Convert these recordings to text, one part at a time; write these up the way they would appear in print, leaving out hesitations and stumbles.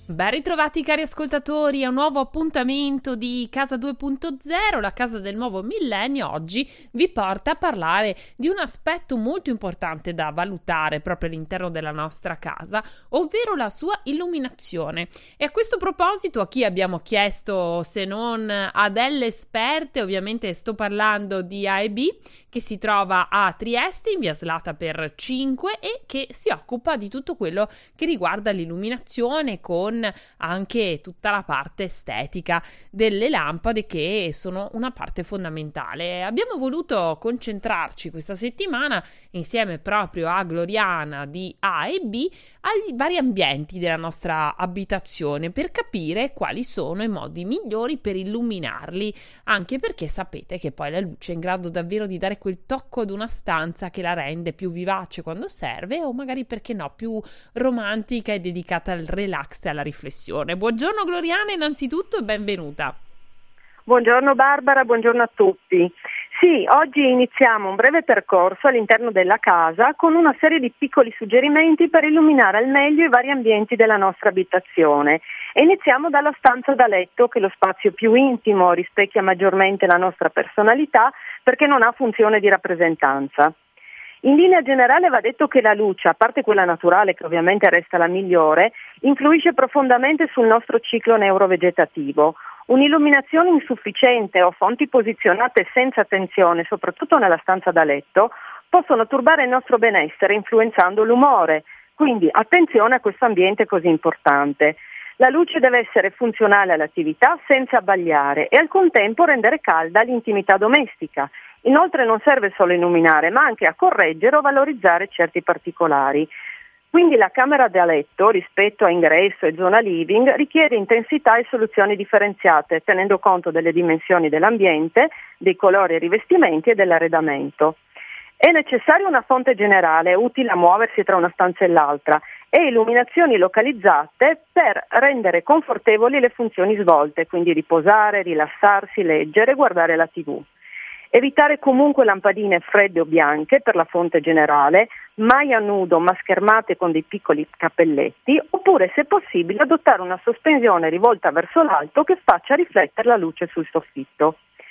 Ben ritrovati cari ascoltatori a un nuovo appuntamento di Casa 2.0, la casa del nuovo millennio. Oggi vi porta a parlare di un aspetto molto importante da valutare proprio all'interno della nostra casa, ovvero la sua illuminazione. E a questo proposito a chi abbiamo chiesto se non a delle esperte, ovviamente sto parlando di AEB, che si trova a Trieste in via Slata per 5 e che si occupa di tutto quello che riguarda l'illuminazione con anche tutta la parte estetica delle lampade, che sono una parte fondamentale. Abbiamo voluto concentrarci questa settimana insieme proprio a Gloriana di AEB ai vari ambienti della nostra abitazione per capire quali sono i modi migliori per illuminarli, anche perché sapete che poi la luce è in grado davvero di dare quel tocco ad una stanza che la rende più vivace quando serve, o magari, perché no, più romantica e dedicata al relax e alla riflessione. Buongiorno Gloriana innanzitutto e benvenuta. Buongiorno Barbara, buongiorno a tutti. Sì, oggi iniziamo un breve percorso all'interno della casa con una serie di piccoli suggerimenti per illuminare al meglio i vari ambienti della nostra abitazione. E iniziamo dalla stanza da letto, che è lo spazio più intimo, rispecchia maggiormente la nostra personalità perché non ha funzione di rappresentanza. In linea generale va detto che la luce, a parte quella naturale che ovviamente resta la migliore, influisce profondamente sul nostro ciclo neurovegetativo. Un'illuminazione insufficiente o fonti posizionate senza attenzione, soprattutto nella stanza da letto, possono turbare il nostro benessere influenzando l'umore. Quindi attenzione a questo ambiente così importante. La luce deve essere funzionale all'attività senza abbagliare e al contempo rendere calda l'intimità domestica. Inoltre non serve solo illuminare, ma anche a correggere o valorizzare certi particolari. Quindi la camera da letto, rispetto a ingresso e zona living, richiede intensità e soluzioni differenziate, tenendo conto delle dimensioni dell'ambiente, dei colori e rivestimenti e dell'arredamento. È necessaria una fonte generale, utile a muoversi tra una stanza e l'altra, e illuminazioni localizzate per rendere confortevoli le funzioni svolte, quindi riposare, rilassarsi, leggere, guardare la TV. Evitare comunque lampadine fredde o bianche per la fonte generale, mai a nudo ma schermate con dei piccoli cappelletti, oppure se possibile adottare una sospensione rivolta verso l'alto che faccia riflettere la luce sul soffitto.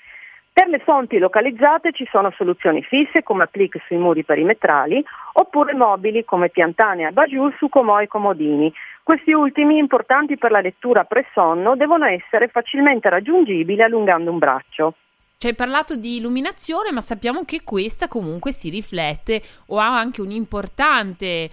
Per le fonti localizzate ci sono soluzioni fisse come applique sui muri perimetrali oppure mobili come piantane e abajur su comò e comodini. Questi ultimi, importanti per la lettura pre-sonno, devono essere facilmente raggiungibili allungando un braccio. Ci hai parlato di illuminazione, ma sappiamo che questa comunque si riflette o ha anche un'importante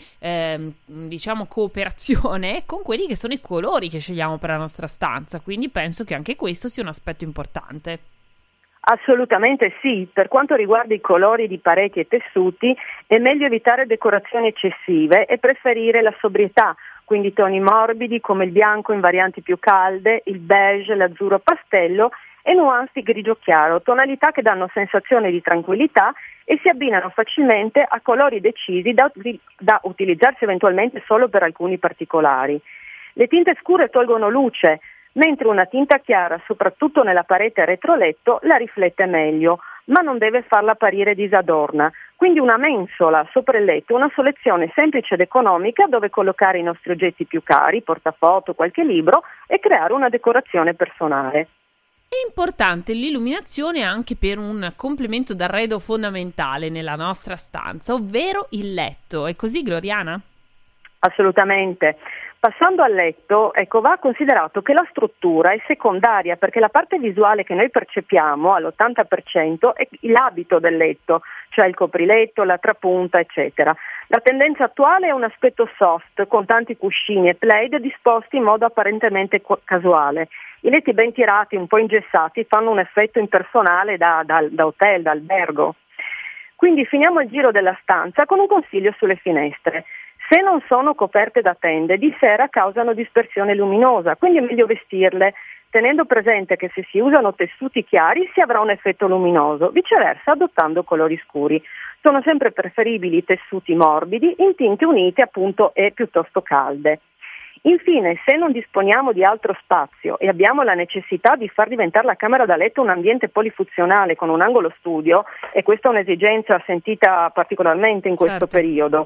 cooperazione con quelli che sono i colori che scegliamo per la nostra stanza, quindi penso che anche questo sia un aspetto importante. Assolutamente sì, per quanto riguarda i colori di pareti e tessuti è meglio evitare decorazioni eccessive e preferire la sobrietà, quindi toni morbidi come il bianco in varianti più calde, il beige, l'azzurro pastello e nuanze di grigio chiaro, tonalità che danno sensazione di tranquillità e si abbinano facilmente a colori decisi da utilizzarsi eventualmente solo per alcuni particolari. Le tinte scure tolgono luce, mentre una tinta chiara, soprattutto nella parete retroletto, la riflette meglio, ma non deve farla apparire disadorna. Quindi una mensola sopra il letto, una selezione semplice ed economica dove collocare i nostri oggetti più cari, portafoto, qualche libro e creare una decorazione personale. È importante l'illuminazione anche per un complemento d'arredo fondamentale nella nostra stanza, ovvero il letto. È così, Gloriana? Assolutamente. Passando al letto, va considerato che la struttura è secondaria perché la parte visuale che noi percepiamo all'80% è l'abito del letto, cioè il copriletto, la trapunta, eccetera. La tendenza attuale è un aspetto soft, con tanti cuscini e plaid disposti in modo apparentemente casuale. I letti ben tirati, un po' ingessati, fanno un effetto impersonale da hotel, da albergo. Quindi finiamo il giro della stanza con un consiglio sulle finestre. Se non sono coperte da tende, di sera causano dispersione luminosa, quindi è meglio vestirle, tenendo presente che se si usano tessuti chiari si avrà un effetto luminoso, viceversa adottando colori scuri. Sono sempre preferibili i tessuti morbidi in tinte unite appunto e piuttosto calde. Infine, se non disponiamo di altro spazio e abbiamo la necessità di far diventare la camera da letto un ambiente polifunzionale con un angolo studio, e questa è un'esigenza sentita particolarmente in questo periodo,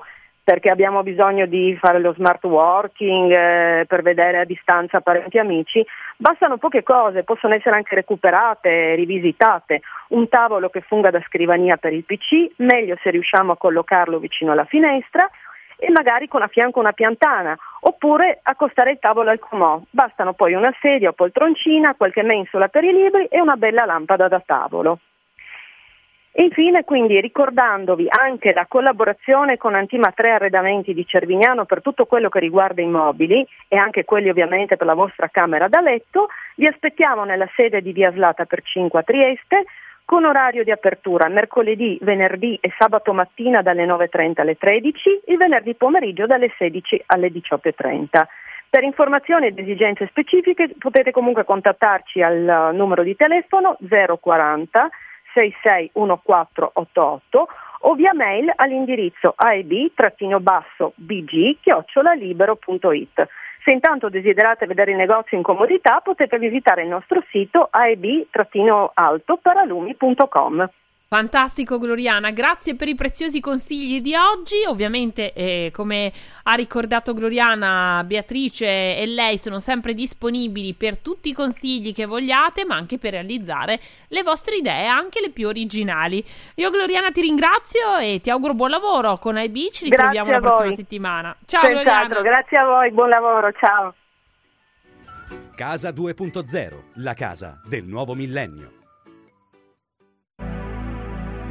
perché abbiamo bisogno di fare lo smart working, per vedere a distanza parenti e amici, bastano poche cose, possono essere anche recuperate, rivisitate. Un tavolo che funga da scrivania per il PC, meglio se riusciamo a collocarlo vicino alla finestra e magari con a fianco una piantana, oppure accostare il tavolo al comò. Bastano poi una sedia o poltroncina, qualche mensola per i libri e una bella lampada da tavolo. Infine, quindi, ricordandovi anche la collaborazione con Antima 3 Arredamenti di Cervignano per tutto quello che riguarda i mobili e anche quelli ovviamente per la vostra camera da letto, vi aspettiamo nella sede di Via Slata per 5 a Trieste, con orario di apertura mercoledì, venerdì e sabato mattina dalle 9.30 alle 13, il venerdì pomeriggio dalle 16 alle 18.30. Per informazioni ed esigenze specifiche potete comunque contattarci al numero di telefono 040 661488 o via mail all'indirizzo aeb-bg@libero.it. Se intanto desiderate vedere il negozio in comodità, potete visitare il nostro sito aeb-altoparalumi.com. Fantastico Gloriana, grazie per i preziosi consigli di oggi. Ovviamente come ha ricordato Gloriana, Beatrice e lei sono sempre disponibili per tutti i consigli che vogliate, ma anche per realizzare le vostre idee, anche le più originali. Io Gloriana ti ringrazio e ti auguro buon lavoro con AEB, ci ritroviamo la prossima settimana. Ciao Gloriana. Grazie a voi, buon lavoro, ciao. Casa 2.0, la casa del nuovo millennio.